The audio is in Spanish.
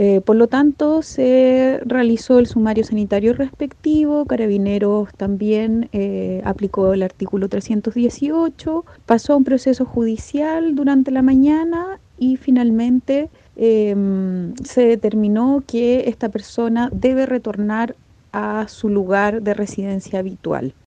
Por lo tanto, se realizó el sumario sanitario respectivo, Carabineros también aplicó el artículo 318, pasó a un proceso judicial durante la mañana y finalmente se determinó que esta persona debe retornar a su lugar de residencia habitual.